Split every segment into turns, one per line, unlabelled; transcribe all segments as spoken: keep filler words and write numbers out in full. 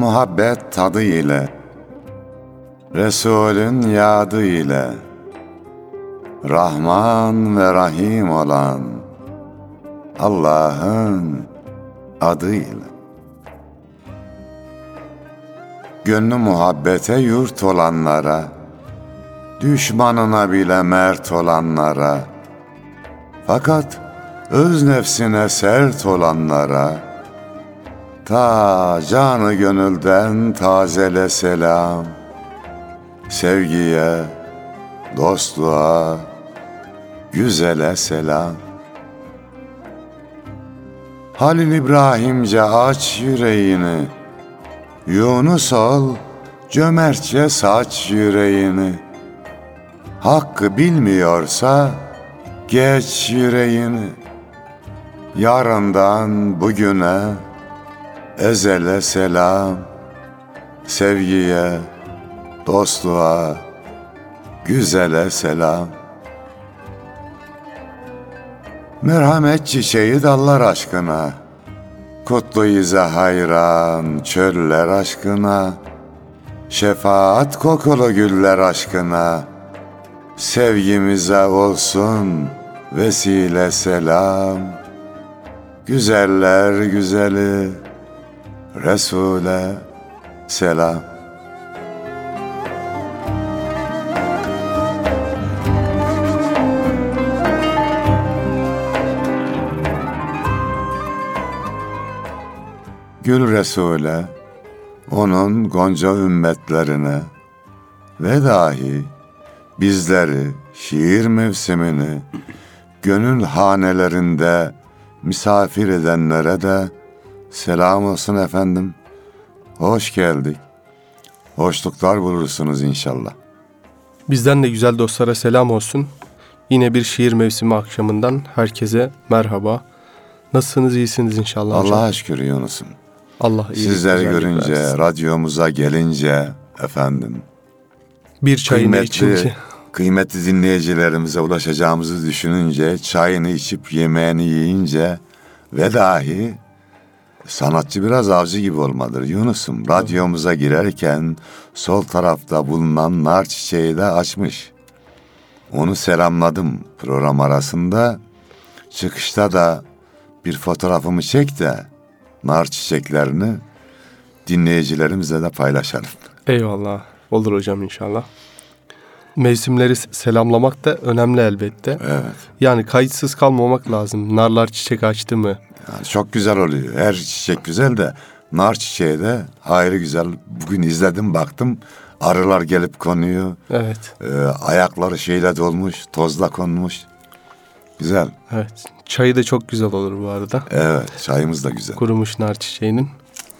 muhabbet tadı ile, Resulün yadı ile, Rahman ve Rahim olan Allah'ın adıyla. Gönlü muhabbete yurt olanlara, düşmanına bile mert olanlara, fakat öz nefsine sert olanlara, ta canı gönülden tazele selam, sevgiye, dostluğa, güzele selam. Halil İbrahimce aç yüreğini, Yunus ol, cömertçe saç yüreğini. Hakkı bilmiyorsa geç yüreğini. Yarından bugüne ezele selam, sevgiye, dostluğa, güzele selam. Merhamet çiçeği dallar aşkına, Kutluyüze hayran çöller aşkına, şefaat kokulu güller aşkına, sevgimize olsun vesile selam. Güzeller güzeli Resul'e selam. Gül Resul'e, onun gonca ümmetlerine ve dahi bizleri şiir mevsimini gönül hanelerinde misafir edenlere de selam olsun efendim. Hoş geldik. Hoşluklar bulursunuz inşallah.
Bizden de güzel dostlara selam olsun. Yine bir şiir mevsimi akşamından herkese merhaba. Nasılsınız, iyisiniz inşallah?
Allah'a şükür Yunus'um.
Allah iyi.
Sizleri görünce, versin. Radyomuza gelince efendim.
Bir çayını içince.
Kıymetli dinleyicilerimize ulaşacağımızı düşününce, çayını içip yemeğini yiyince ve dahi sanatçı biraz avcı gibi olmalıdır Yunus'um. Radyomuza girerken sol tarafta bulunan nar çiçeği de açmış. Onu selamladım program arasında. Çıkışta da bir fotoğrafımı çek de nar çiçeklerini dinleyicilerimizle de paylaşalım.
Eyvallah. Olur hocam inşallah. Mevsimleri selamlamak da önemli elbette.
Evet.
Yani kayıtsız kalmamak lazım. Narlar çiçek açtı mı?
Yani çok güzel oluyor. Her çiçek güzel de nar çiçeği de ayrı güzel. Bugün izledim baktım. Arılar gelip konuyor.
Evet.
Ee, ayakları şeyle dolmuş, tozla konmuş. Güzel.
Evet. Çayı da çok güzel olur bu arada.
Evet, çayımız da güzel.
Kurumuş nar çiçeğinin.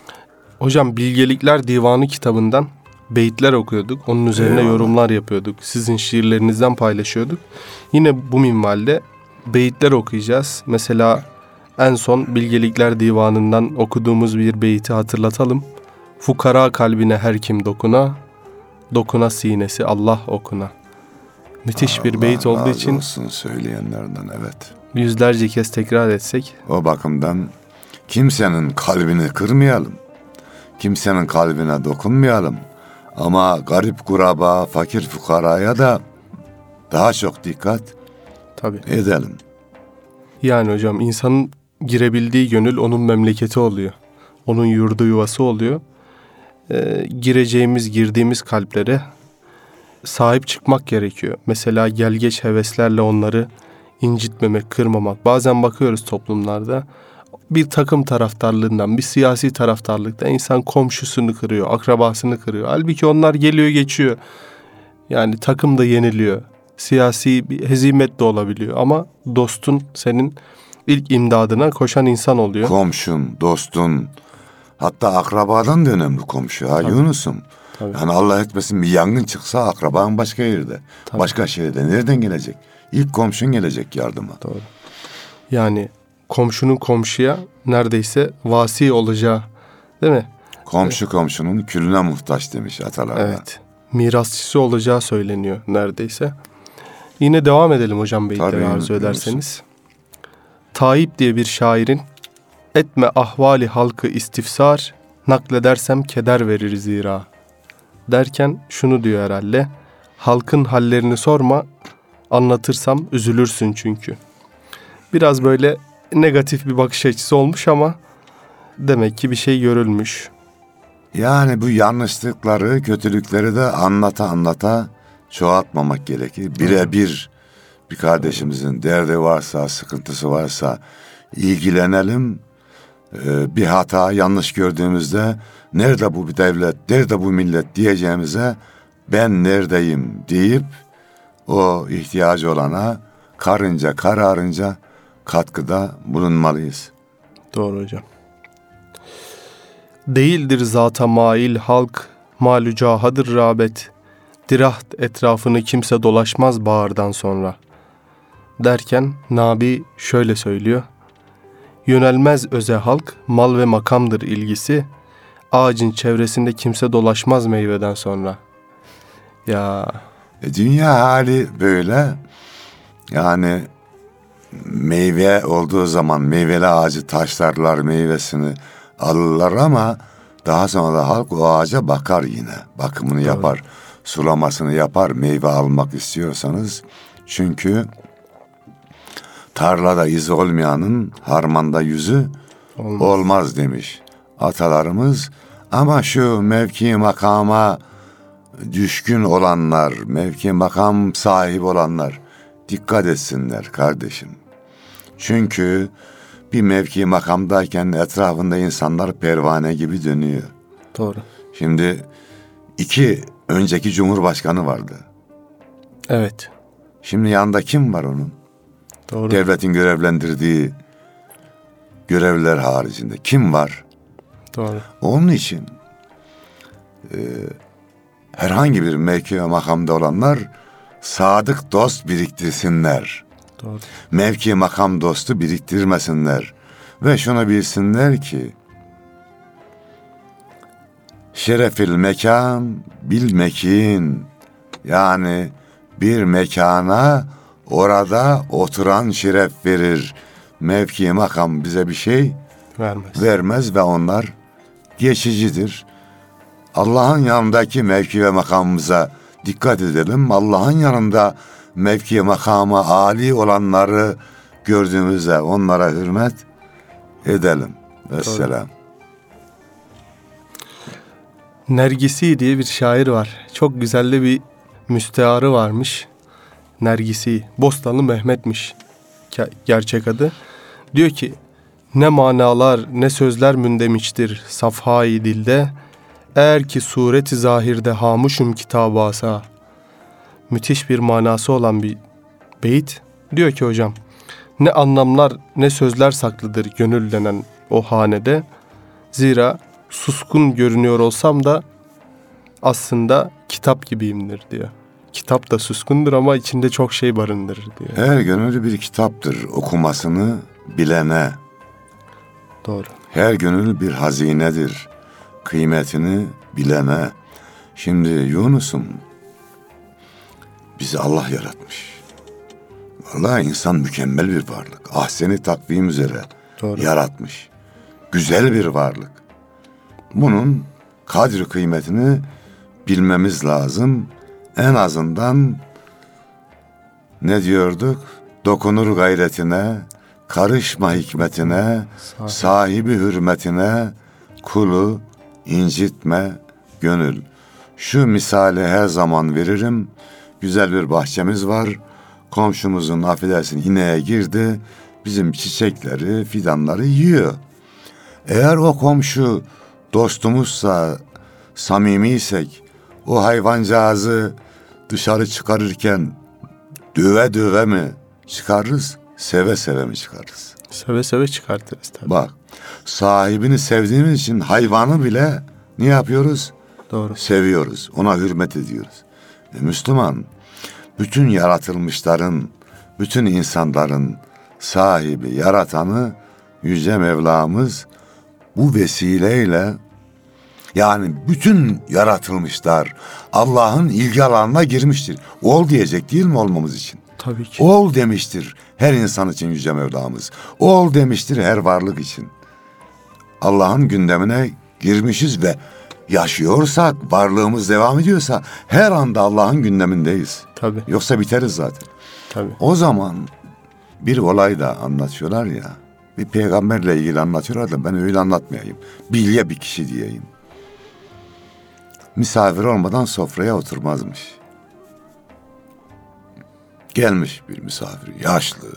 Hocam Bilgelikler Divanı kitabından beyitler okuyorduk. Onun üzerine Eyvallah. yorumlar yapıyorduk. Sizin şiirlerinizden paylaşıyorduk. Yine bu minvalde beyitler okuyacağız. Mesela en son Bilgelikler Divanı'ndan okuduğumuz bir beyti hatırlatalım. Fukara kalbine her kim dokuna, dokuna sinesi Allah okuna. Müthiş bir beyit olduğu için
olsun söyleyenlerden, evet.
Yüzlerce kez tekrar etsek.
O bakımdan kimsenin kalbini kırmayalım. Kimsenin kalbine dokunmayalım. Ama garip kuraba, fakir fukaraya da daha çok dikkat
Tabii.
edelim.
Yani hocam insanın girebildiği gönül onun memleketi oluyor. Onun yurdu yuvası oluyor. Ee, gireceğimiz, girdiğimiz kalplere sahip çıkmak gerekiyor. Mesela gelgeç heveslerle onları incitmemek, kırmamak. Bazen bakıyoruz toplumlarda bir takım taraftarlığından, bir siyasi taraftarlıkta insan komşusunu kırıyor, akrabasını kırıyor. Halbuki onlar geliyor geçiyor. Yani takım da yeniliyor. Siyasi bir hezimet de olabiliyor ama dostun senin ilk imdadına koşan insan oluyor.
Komşun, dostun, hatta akrabadan da önemli komşu ha Yunus'um. Tabii. Yani Allah etmesin bir yangın çıksa akraban başka yerde, Tabii. başka şehirde nereden gelecek? İlk komşun gelecek yardıma.
Doğru. Yani komşunun komşuya neredeyse vasi olacağı, değil mi?
Komşu evet. komşunun külüne muhtaç demiş atalarda.
Evet. Mirasçısı olacağı söyleniyor neredeyse. Yine devam edelim hocam beyitleri arzu ederseniz. Tayyip diye bir şairin etme ahvali halkı istifsar, nakledersem keder verir zira. Derken şunu diyor herhalde. Halkın hallerini sorma, anlatırsam üzülürsün çünkü. Biraz böyle negatif bir bakış açısı olmuş ama demek ki bir şey görülmüş.
Yani bu yanlışlıkları, kötülükleri de anlata anlata çoğaltmamak gerekir. Birebir bir kardeşimizin derdi varsa, sıkıntısı varsa ilgilenelim. Ee, bir hata, yanlış gördüğümüzde nerede bu bir devlet, nerede bu millet diyeceğimize ben neredeyim deyip o ihtiyacı olana karınca kararınca katkıda bulunmalıyız.
Doğru hocam. Değildir zata mail halk, malücahadır rağbet. Diraht etrafını kimse dolaşmaz bağırdan sonra. Derken Nabi şöyle söylüyor. Yönelmez öze halk, mal ve makamdır ilgisi. Ağacın çevresinde kimse dolaşmaz meyveden sonra. Ya
E, dünya hali böyle. Yani meyve olduğu zaman meyveli ağacı taşlarlar, meyvesini alırlar ama daha sonra da halk o ağaca bakar yine. Bakımını
Doğru.
yapar, sulamasını yapar meyve almak istiyorsanız. Çünkü tarlada izi olmayanın harmanda yüzü
olmaz.
olmaz demiş atalarımız. Ama şu mevki makama düşkün olanlar, mevki makam sahibi olanlar dikkat etsinler kardeşim. Çünkü bir mevki makamdayken etrafında insanlar pervane gibi dönüyor.
Doğru.
Şimdi iki önceki cumhurbaşkanı vardı.
Evet.
Şimdi yanında kim var onun?
Doğru.
Devletin görevlendirdiği görevliler haricinde kim var?
Doğru.
Onun için e, herhangi bir mevki ve makamda olanlar sadık dost biriktirsinler.
Doğru.
Mevki makam dostu biriktirmesinler. Ve şunu bilsinler ki şerefil mekan bil mekin, yani bir mekana orada oturan şeref verir. Mevki makam bize bir şey
Vermez.
vermez ve onlar geçicidir. Allah'ın yanındaki mevki ve makamımıza dikkat edelim. Allah'ın yanında mevki makama âli olanları gördüğümüzde onlara hürmet edelim. Vesselam.
Nergisi diye bir şair var. Çok güzel de bir müstearı varmış. Nergisi. Bostanlı Mehmet'miş Ke- gerçek adı. Diyor ki ne manalar ne sözler mündemiştir safhai dilde. Eğer ki sureti zahirde hamuşum kitabı asa. Müthiş bir manası olan bir beyit. Diyor ki hocam ne anlamlar ne sözler saklıdır gönül denen o hanede. Zira suskun görünüyor olsam da aslında kitap gibiyimdir diyor. Kitap da suskundur ama içinde çok şey barındırır diyor.
Her gönül bir kitaptır okumasını bilene.
Doğru.
Her gönül bir hazinedir kıymetini bilene. Şimdi Yunus'um bizi Allah yaratmış. Vallahi insan mükemmel bir varlık. Ahseni takvim üzere
Doğru.
yaratmış. Güzel bir varlık. Bunun kadri kıymetini bilmemiz lazım. En azından ne diyorduk? Dokunur gayretine, karışma hikmetine,
Sahi.
sahibi hürmetine, kulu incitme gönül. Şu misali her zaman veririm. Güzel bir bahçemiz var. Komşumuzun affedersin ineğe girdi. Bizim çiçekleri, fidanları yiyor. Eğer o komşu dostumuzsa, samimiysek, o hayvancağızı dışarı çıkarırken döve döve mi çıkarırız, seve seve mi çıkarırız?
Seve seve çıkartırız tabii.
Bak, sahibini sevdiğimiz için hayvanı bile ne yapıyoruz?
Doğru.
Seviyoruz, ona hürmet ediyoruz. E, Müslüman, bütün yaratılmışların, bütün insanların sahibi, yaratanı Yüce Mevlamız bu vesileyle, yani bütün yaratılmışlar Allah'ın ilgi alanına girmiştir. Ol diyecek değil mi olmamız için?
Tabii ki.
Ol demiştir her insan için Yüce Mevlamız. Ol demiştir her varlık için. Allah'ın gündemine girmişiz ve yaşıyorsak, varlığımız devam ediyorsa her anda Allah'ın gündemindeyiz.
Tabii.
Yoksa biteriz zaten.
Tabii.
O zaman bir olay da anlatıyorlar ya, bir peygamberle ilgili anlatıyorlar da ben öyle anlatmayayım. Bilye bir kişi diyeyim. Misafir olmadan sofraya oturmazmış. Gelmiş bir misafir, yaşlı.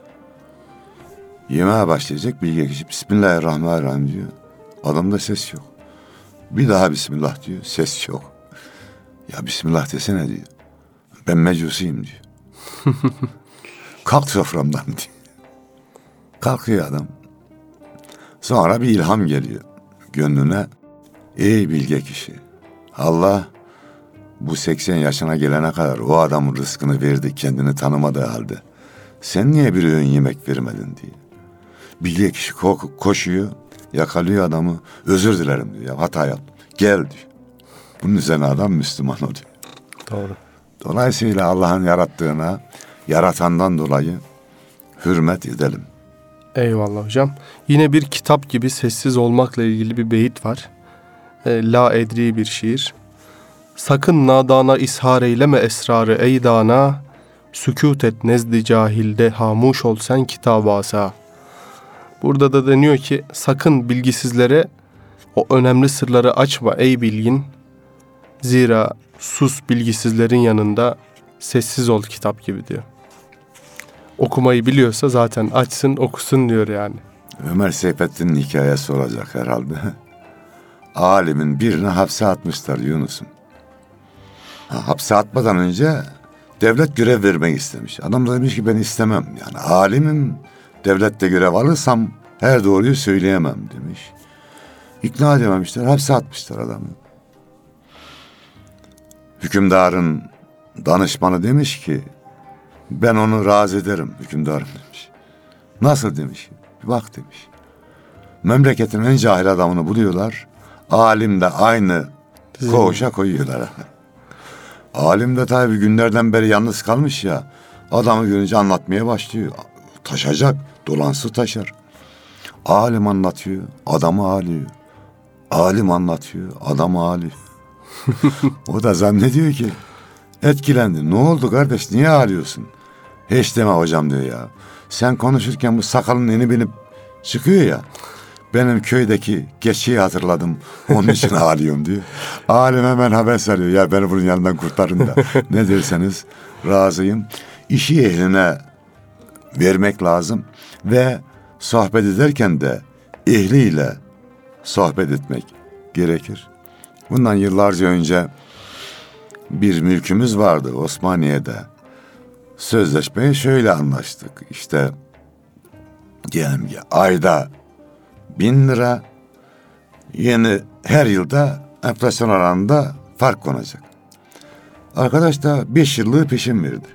Yemeğe başlayacak, bilge kişi Bismillahirrahmanirrahim diyor. Adamda ses yok. Bir daha Bismillah diyor, ses yok. Ya Bismillah desene diyor. Ben mecusiyim diyor. Kalk soframdan diyor. Kalkıyor adam. Sonra bir ilham geliyor gönlüne. Ey bilge kişi, Allah bu seksen yaşına gelene kadar o adamın rızkını verdi kendini tanımadığı halde. Sen niye bir öğün yemek vermedin diye. Bilge kişi ko- koşuyor, yakalıyor adamı. Özür dilerim diyor. Ya, hata yaptım. Gel diyor. Bunun üzerine adam Müslüman oluyor.
Doğru.
Dolayısıyla Allah'ın yarattığına, yaratandan dolayı hürmet edelim.
Eyvallah hocam. Yine bir kitap gibi sessiz olmakla ilgili bir beyit var. E, La edri bir şiir. Sakın nadana ishar eyleme esrarı ey dana, sükût et nezdi cahilde hamuş ol sen kitabasa. Burada da deniyor ki sakın bilgisizlere o önemli sırları açma ey bilgin. Zira sus bilgisizlerin yanında sessiz ol kitap gibi diyor. Okumayı biliyorsa zaten açsın okusun diyor yani.
Ömer Seyfettin'in hikayesi olacak herhalde. Alimin birini hapse atmışlar Yunus'um. Ha, hapse atmadan önce devlet görev vermek istemiş. Adam da demiş ki ben istemem. Yani alimim, devlette görev alırsam her doğruyu söyleyemem demiş. İkna edememişler, hapse atmışlar adamı. Hükümdarın danışmanı demiş ki ben onu razı ederim hükümdarım demiş. Nasıl demiş? Bir bak demiş. Memleketin en cahil adamını buluyorlar. Alim de aynı koğuşa koyuyorlar. Alim de tabii günlerden beri yalnız kalmış ya. Adamı görünce anlatmaya başlıyor. Taşacak, dolansı taşar. Alim anlatıyor, adamı ağlıyor. Alim anlatıyor, adamı ağlıyor. O da zannediyor ki etkilendi. Ne oldu kardeş, niye ağlıyorsun? Hiç deme hocam diyor ya. Sen konuşurken bu sakalın eni binip çıkıyor ya. Benim köydeki geçiyi hatırladım. Onun için ağlıyorum diyor. Alim hemen haber sarıyor. Ya beni bunun yanından kurtarın da. Ne derseniz razıyım. İşi ehline vermek lazım. Ve sohbet ederken de ehliyle sohbet etmek gerekir. Bundan yıllarca önce bir mülkümüz vardı Osmaniye'de. Sözleşmeyi şöyle anlaştık. İşte diyelim ki ayda bin lira, yeni her yılda enflasyon oranında fark konacak. Arkadaş da beş yıllığı peşin verdi.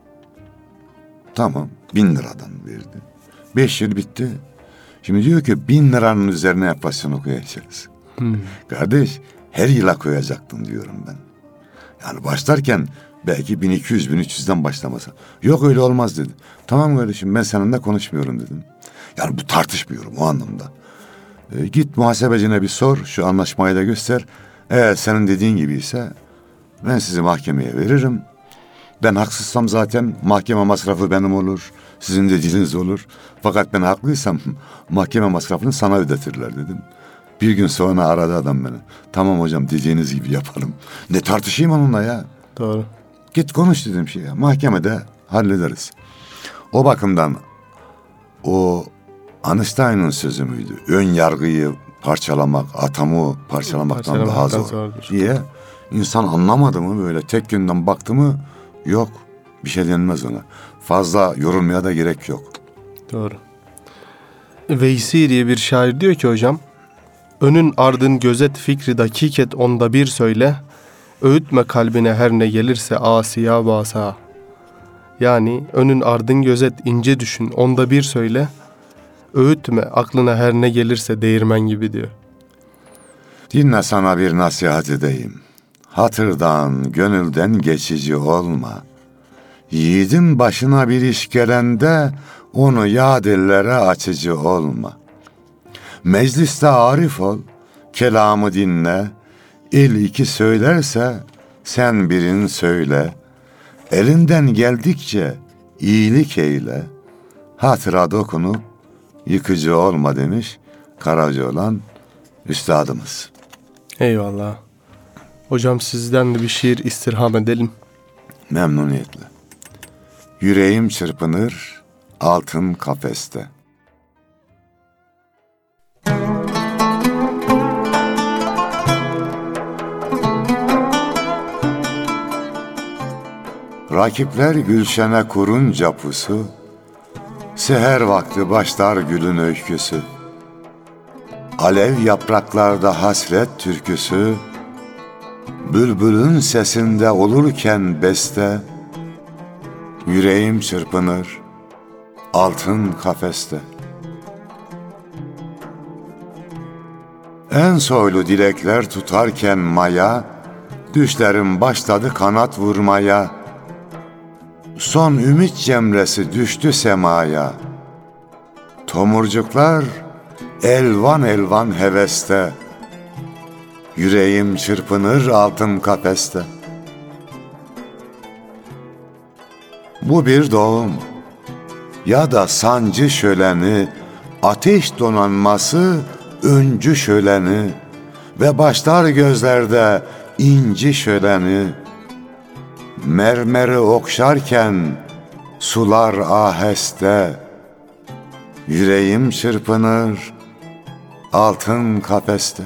Tamam, bin liradan verdi. Beş yıl bitti. Şimdi diyor ki bin liranın üzerine enflasyonu koyacağız. Hmm. Kardeş, her yıla koyacaktın diyorum ben. Yani başlarken belki bin iki yüz bin üç yüzden başlamasa. Yok öyle olmaz dedi. Tamam kardeşim, ben seninle konuşmuyorum dedim. Yani bu tartışmıyorum o anlamda. E, git muhasebecine bir sor, şu anlaşmayı da göster. Eğer senin dediğin gibi ise ben sizi mahkemeye veririm. Ben haksızsam zaten mahkeme masrafı benim olur. Sizin dediğiniz olur. Fakat ben haklıysam mahkeme masrafını sana ödetirler dedim. Bir gün sonra aradı adam beni. Tamam hocam, dediğiniz gibi yapalım. Ne tartışayım onunla ya?
Doğru.
Git konuş dedim şey ya. Mahkemede hallederiz. O bakımdan o Einstein'ın sözü müydü? Ön yargıyı parçalamak, atomu parçalamaktan daha zor zordur diye. İnsan anlamadı mı böyle tek yönden baktı mı yok. Bir şey denmez ona. Fazla yorulmaya da gerek yok.
Doğru. Veysi diye bir şair diyor ki hocam, önün ardın gözet fikri dakiket onda bir söyle, öğütme kalbine her ne gelirse asiya basa. Yani önün ardın gözet, ince düşün, onda bir söyle, öğütme aklına her ne gelirse değirmen gibi diyor.
Dinle sana bir nasihat edeyim. Hatırdan, gönülden geçici olma. Yiğidin başına bir iş gelende onu yad ellere açıcı olma. Mecliste arif ol, kelamı dinle. El iki söylerse sen birin söyle. Elinden geldikçe iyilik eyle. Hatıra dokunup yıkıcı olma demiş Karacaoğlan üstadımız.
Eyvallah. Hocam sizden de bir şiir istirham edelim.
Memnuniyetle. Yüreğim çırpınır altın kafeste. Rakipler gülşene kurunca pusu, seher vakti başlar gülün öyküsü. Alev yapraklarda hasret türküsü, bülbülün sesinde olurken beste, yüreğim çırpınır altın kafeste. En soylu dilekler tutarken maya, düşlerim başladı kanat vurmaya. Son ümit cemresi düştü semaya. Tomurcuklar elvan elvan heveste. Yüreğim çırpınır altın kafeste. Bu bir doğum ya da sancı şöleni, ateş donanması öncü şöleni ve başlar gözlerde inci şöleni. Mermeri okşarken sular aheste, yüreğim çırpınır altın kafeste.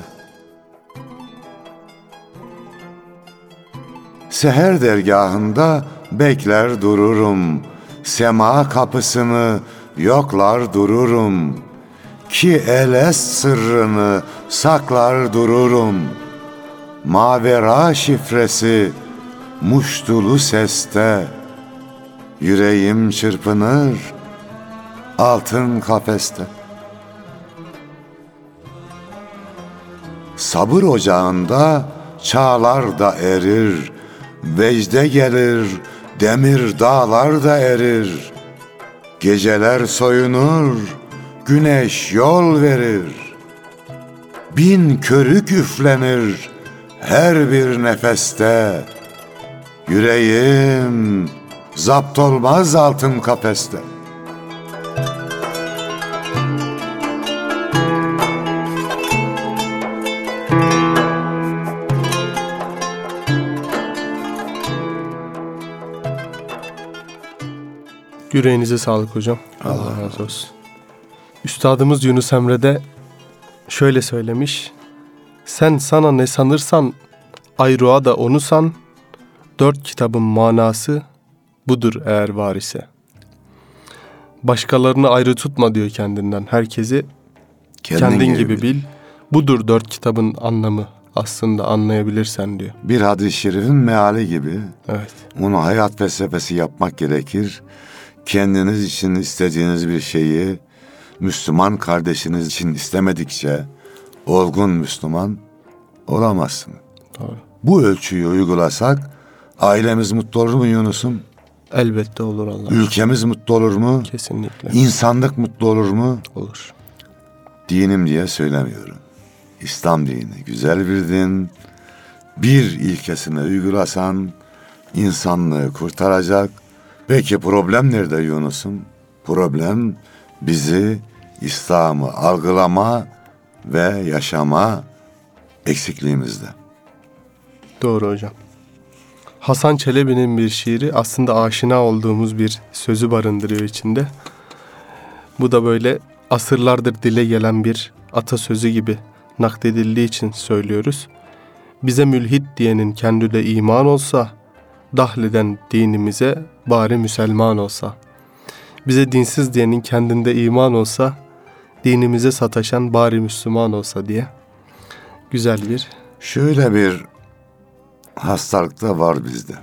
Seher dergahında bekler dururum, sema kapısını yoklar dururum, ki eles sırrını saklar dururum. Mavera şifresi muştulu seste, yüreğim çırpınır altın kafeste. Sabır ocağında çağlar da erir, vecde gelir demir dağlar da erir. Geceler soyunur, güneş yol verir. Bin körük üflenir her bir nefeste. Yüreğim zapt olmaz altın kafeste.
Yüreğinize sağlık hocam. Allah, Allah razı olsun. Üstadımız Yunus Emre de şöyle söylemiş. Sen sana ne sanırsan, ayrığa da onu san. Dört kitabın manası budur eğer var ise. Başkalarını ayrı tutma diyor kendinden. Herkesi kendin, kendin gibi bil. Budur dört kitabın anlamı aslında anlayabilirsen diyor.
Bir hadis-i şerifin meali gibi.
Evet.
Onu hayat felsefesi yapmak gerekir. Kendiniz için istediğiniz bir şeyi Müslüman kardeşiniz için istemedikçe olgun Müslüman olamazsın.
Doğru.
Bu ölçüyü uygulasak ailemiz mutlu olur mu Yunus'um?
Elbette olur Allah.
Ülkemiz mutlu olur mu?
Kesinlikle.
İnsanlık mutlu olur mu?
Olur.
Dinim diye söylemiyorum. İslam dini güzel bir din. Bir ilkesini uygulasan insanlığı kurtaracak. Peki problem nerede Yunus'um? Problem bizi İslam'ı algılama ve yaşama eksikliğimizde.
Doğru hocam. Hasan Çelebi'nin bir şiiri aslında aşina olduğumuz bir sözü barındırıyor içinde. Bu da böyle asırlardır dile gelen bir atasözü gibi nakledildiği için söylüyoruz. Bize mülhit diyenin kendi de iman olsa, dahleden dinimize bari Müselman olsa. Bize dinsiz diyenin kendinde iman olsa, dinimize sataşan bari Müslüman olsa diye. Güzel bir...
Şöyle bir hastalık da var bizde.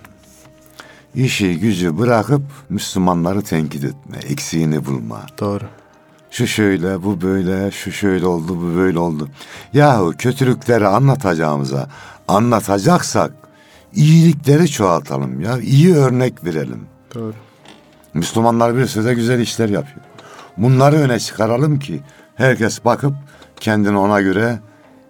İşi gücü bırakıp Müslümanları tenkit etme, eksiğini bulma.
Doğru.
Şu şöyle, bu böyle, şu şöyle oldu, bu böyle oldu. Yahu kötülükleri anlatacağımıza, anlatacaksak iyilikleri çoğaltalım ya. İyi örnek verelim.
Doğru.
Müslümanlar bir sürü de güzel işler yapıyor. Bunları öne çıkaralım ki herkes bakıp kendini ona göre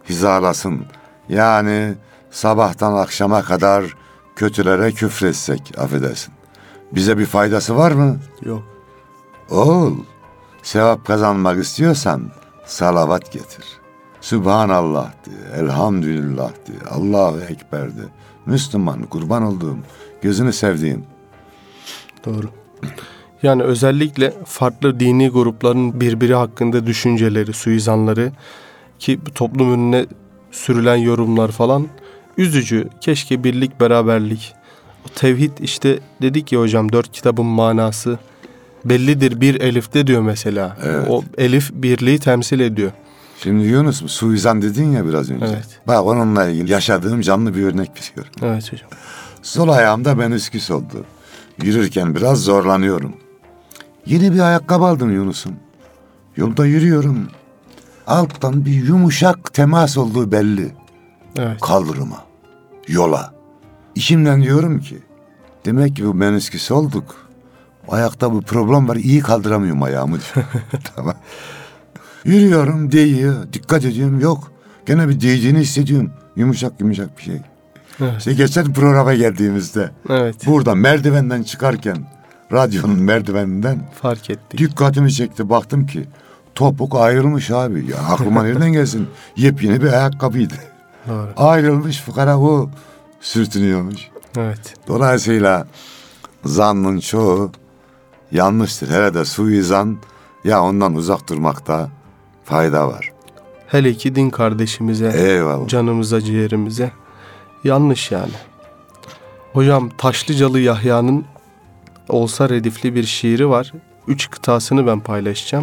hizalasın. Yani sabahtan akşama kadar kötülere küfretsek, affedersin. Bize bir faydası var mı?
Yok.
Oğul, sevap kazanmak istiyorsan salavat getir. Sübhanallah de, elhamdülillah de, Allahu Ekber de. Müslüman, kurban olduğum, gözünü sevdiğim.
Doğru. Yani özellikle farklı dini grupların birbiri hakkında düşünceleri, suizanları ki bu toplum önüne sürülen yorumlar falan üzücü. Keşke birlik, beraberlik. O tevhid işte dedik ya hocam, dört kitabın manası bellidir bir elifte diyor mesela.
Evet.
O elif birliği temsil ediyor.
Şimdi Yunus, suizan dedin ya biraz önce.
Evet.
Bak onunla ilgili yaşadığım canlı bir örnek biliyorum.
Evet hocam.
Sol ayağımda menisküs oldu. Yürürken biraz zorlanıyorum. Yeni bir ayakkabı aldım Yunus'um. Yolda yürüyorum. Alttan bir yumuşak temas olduğu belli.
Evet.
Kaldırıma, yola. İçimden diyorum ki, demek ki bu menisküs olduk. Ayakta bu problem var, iyi kaldıramıyorum ayağımı diyor. Tamam. Yürüyorum, değiyor. Dikkat ediyorum, yok. Gene bir değdiğini hissediyorum. Yumuşak yumuşak bir şey.
Evet.
İşte geçen programa geldiğimizde,
Evet.
burada merdivenden çıkarken, radyonun merdiveninden
Fark ettik.
dikkatimi çekti. Baktım ki topuk ayrılmış abi. Ya aklıma nereden gelsin? Yepyeni bir ayakkabıydı.
Doğru.
Ayrılmış, fıkara o sürtünüyormuş.
Evet.
Dolayısıyla zannın çoğu yanlıştır. Hele de suizan, ya ondan uzak durmakta fayda var.
Hele ki din kardeşimize,
Eyvallah.
canımıza, ciğerimize yanlış yani. Hocam Taşlıcalı Yahya'nın olsa redifli bir şiiri var. Üç kıtasını ben paylaşacağım.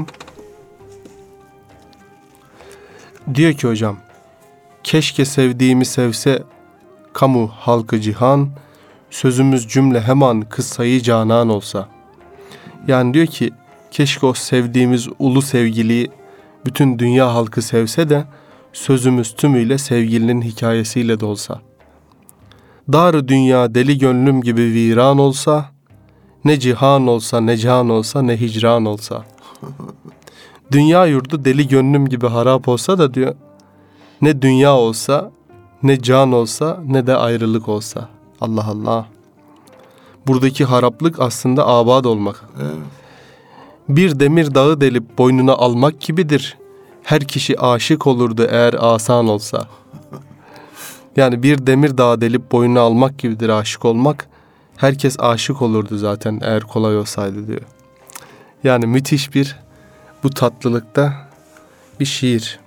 Diyor ki hocam, keşke sevdiğimi sevse kamu halkı cihan, sözümüz cümle hemen kıssayı canan olsa. Yani diyor ki keşke o sevdiğimiz ulu sevgiliyi bütün dünya halkı sevse de sözümüz tümüyle sevgilinin hikayesiyle de olsa. Dar dünya deli gönlüm gibi viran olsa, ne cihan olsa, ne can olsa, ne hicran olsa. Dünya yurdu deli gönlüm gibi harap olsa da diyor, ne dünya olsa, ne can olsa, ne de ayrılık olsa. Allah Allah. Buradaki haraplık aslında abad olmak.
Evet.
Bir demir dağı delip boynuna almak gibidir. Her kişi aşık olurdu eğer asan olsa. Yani bir demir dağı delip boynuna almak gibidir aşık olmak. Herkes aşık olurdu zaten eğer kolay olsaydı diyor. Yani müthiş bir bu tatlılıkta bir şiir.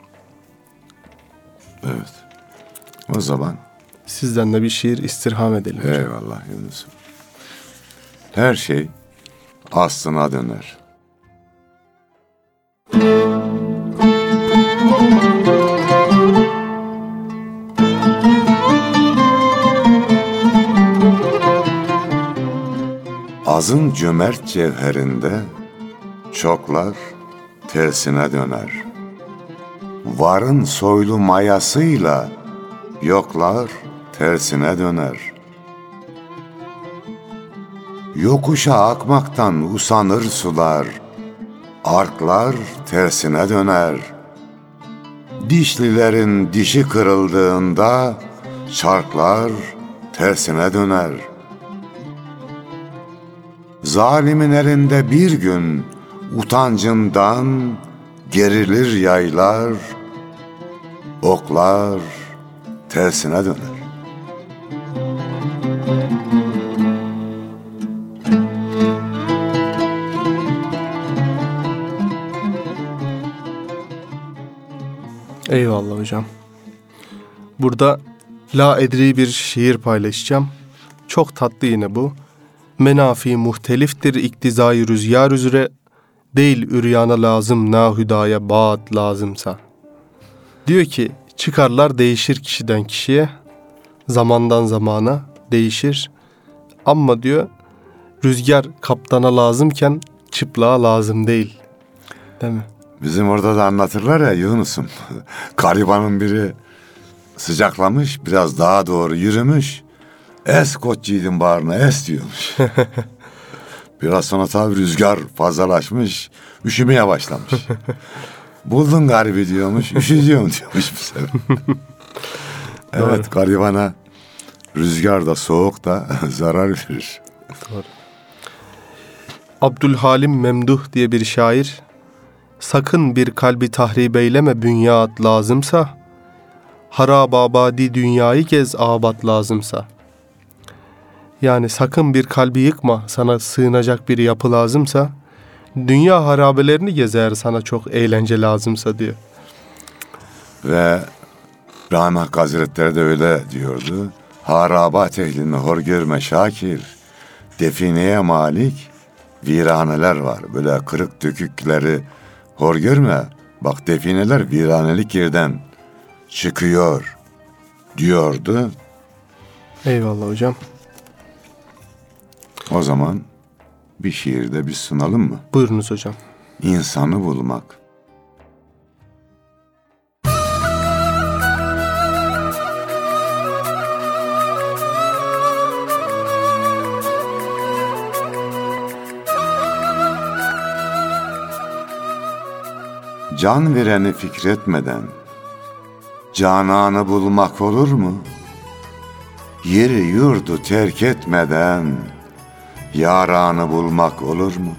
Evet. O zaman
Sizden de bir şiir istirham edelim.
eyvallah Yunus'um. Her şey aslına döner. Azın cömert cevherinde çoklar tersine döner. Varın soylu mayasıyla yoklar tersine döner. Yokuşa akmaktan usanır sular, arklar tersine döner. Dişlilerin dişi kırıldığında çarklar tersine döner. Zalimin elinde bir gün utancından gerilir yaylar, oklar tersine döner.
Eyvallah hocam. Burada la edri bir şiir paylaşacağım. Çok tatlı yine bu. Menafi muhteliftir iktizai rüzgar üzere, değil üryana lazım nahüdaya baat lazımsa. Diyor ki çıkarlar değişir kişiden kişiye, zamandan zamana değişir. Ama diyor rüzgar kaptana lazımken çıplığa lazım değil. Değil mi?
Bizim orada da anlatırlar ya Yunus'um. Garibanın biri sıcaklamış, biraz daha doğru yürümüş. Es koç yiğidin bağrına es diyormuş. Biraz sonra tabii rüzgar fazlalaşmış, üşümeye başlamış. Buldun garibi diyormuş, üşüyorum diyormuş bu sefer. Evet, garibana rüzgar da soğuk da zarar verir.
Doğru. Abdülhalim Memduh diye bir şair, sakın bir kalbi tahrip eyleme bünyat lazımsa, harab abadi dünyayı gez abat lazımsa. Yani sakın bir kalbi yıkma, sana sığınacak bir yapı lazımsa, dünya harabelerini gez eğer sana çok eğlence lazımsa diyor.
Ve Rahmi Hakkı Hazretleri de öyle diyordu. Harabat ehlini hor görme Şakir, defineye malik viraneler var. Böyle kırık dökükleri hor görme. Bak, defineler viranelik yerden çıkıyor diyordu.
Eyvallah hocam.
O zaman bir şiirde biz sunalım mı?
Buyurunuz hocam.
İnsanı bulmak. Can vereni fikretmeden cananı bulmak olur mu? Yeri yurdu terk etmeden yaranı bulmak olur mu?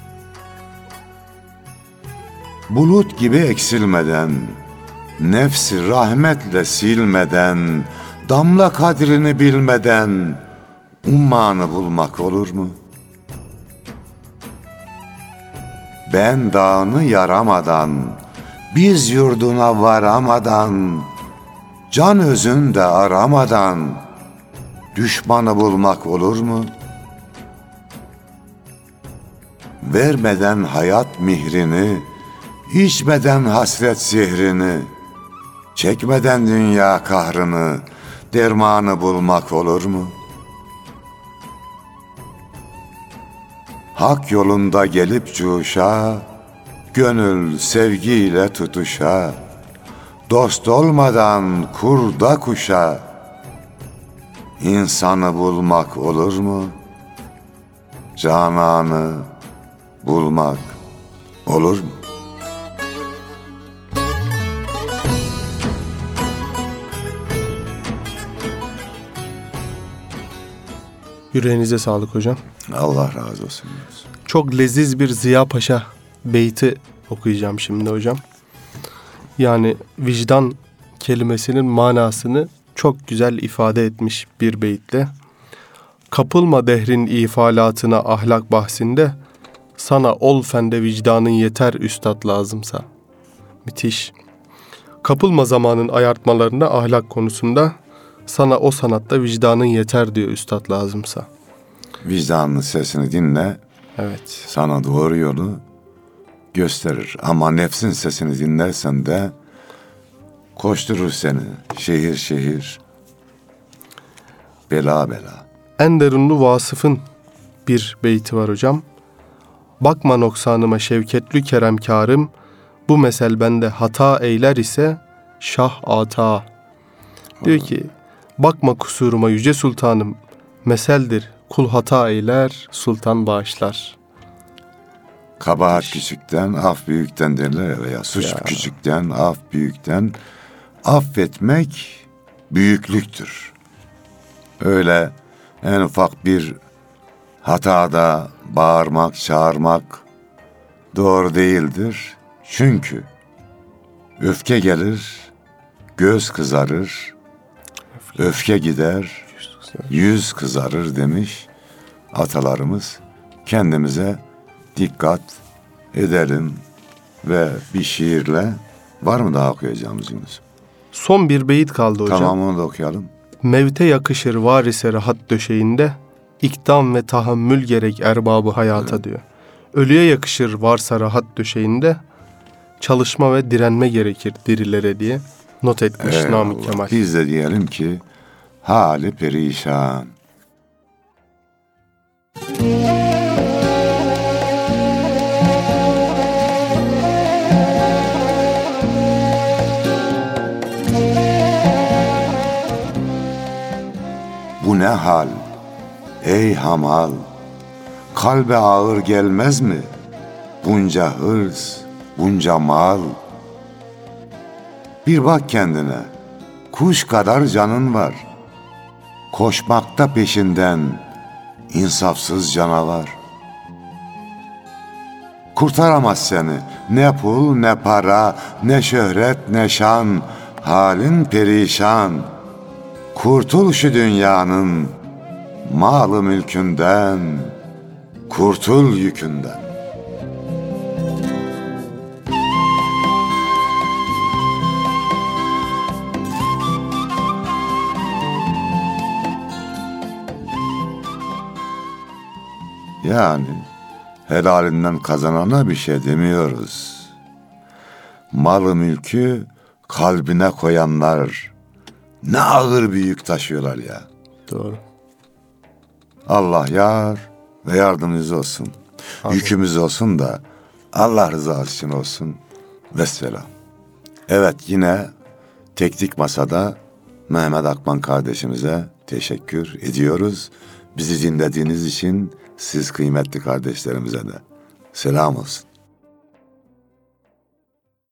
Bulut gibi eksilmeden, nefsi rahmetle silmeden, damla kadrini bilmeden ummanı bulmak olur mu? Ben dağını yaramadan, biz yurduna varamadan, can özünde aramadan düşmanı bulmak olur mu? Vermeden hayat mihrini, içmeden hasret zehrini, çekmeden dünya kahrını, dermanı bulmak olur mu? Hak yolunda gelip cuşa, gönül sevgiyle tutuşa, dost olmadan kurda kuşa, insanı bulmak olur mu? Cananı bulmak olur mu?
Yüreğinize sağlık hocam.
Allah razı olsun.
Çok leziz bir Ziya Paşa beyti okuyacağım şimdi hocam. Yani vicdan kelimesinin manasını çok güzel ifade etmiş bir beytle. Kapılma dehrin ifalatına ahlak bahsinde, sana ol fende vicdanın yeter üstad lazımsa. Müthiş. Kapılma zamanın ayartmalarına ahlak konusunda, sana o sanatta vicdanın yeter diyor üstad lazımsa.
Vicdanın sesini dinle.
Evet.
Sana doğru yolu gösterir. Ama nefsin sesini dinlersen de koşturur seni şehir şehir, bela bela.
Enderunlu Vasıf'ın bir beyti var hocam. Bakma noksanıma şevketlü keremkârım, bu mesel bende hata eyler ise şah ata. Diyor ki, bakma kusuruma yüce sultanım, meseldir kul hata eyler, sultan bağışlar.
Kabahat küçükten, af büyükten derler ya, veya suç
Ya.
küçükten, af büyükten. Affetmek büyüklüktür. Öyle en ufak bir hatada bağırmak, çağırmak doğru değildir. Çünkü öfke gelir, göz kızarır, öfke gider, yüz kızarır demiş atalarımız. Kendimize dikkat edelim ve bir şiirle, var mı daha okuyacağımız Yunus?
Son bir beyit kaldı hocam.
Tamam, onu da okuyalım.
Mevte yakışır varise rahat döşeğinde, ikdam ve tahammül gerek erbabı hayata
Evet.
diyor. Ölüye yakışır varsa rahat döşeğinde, çalışma ve direnme gerekir dirilere diye not etmiş
Eyvallah.
Namık Kemal.
Biz de diyelim ki hali perişan. Bu ne hal ey hamal, kalbe ağır gelmez mi? Bunca hırs, bunca mal, Bir bak kendine, kuş kadar canın var. Koşmakta peşinden insafsız canavar. Kurtaramaz seni ne pul ne para, ne şöhret ne şan, halin perişan. Kurtul şu dünyanın malı mülkünden, kurtul yükünden. Yani helalinden kazanana bir şey demiyoruz. Malı mülkü kalbine koyanlar ne ağır bir yük taşıyorlar ya.
Doğru.
Allah yar ve yardımcınız olsun.
Amin.
Yükümüz olsun da Allah rızası için olsun. Vesselam. Evet, yine teknik masada Mehmet Akman kardeşimize teşekkür ediyoruz. Bizi dinlediğiniz için siz kıymetli kardeşlerimize de selam olsun.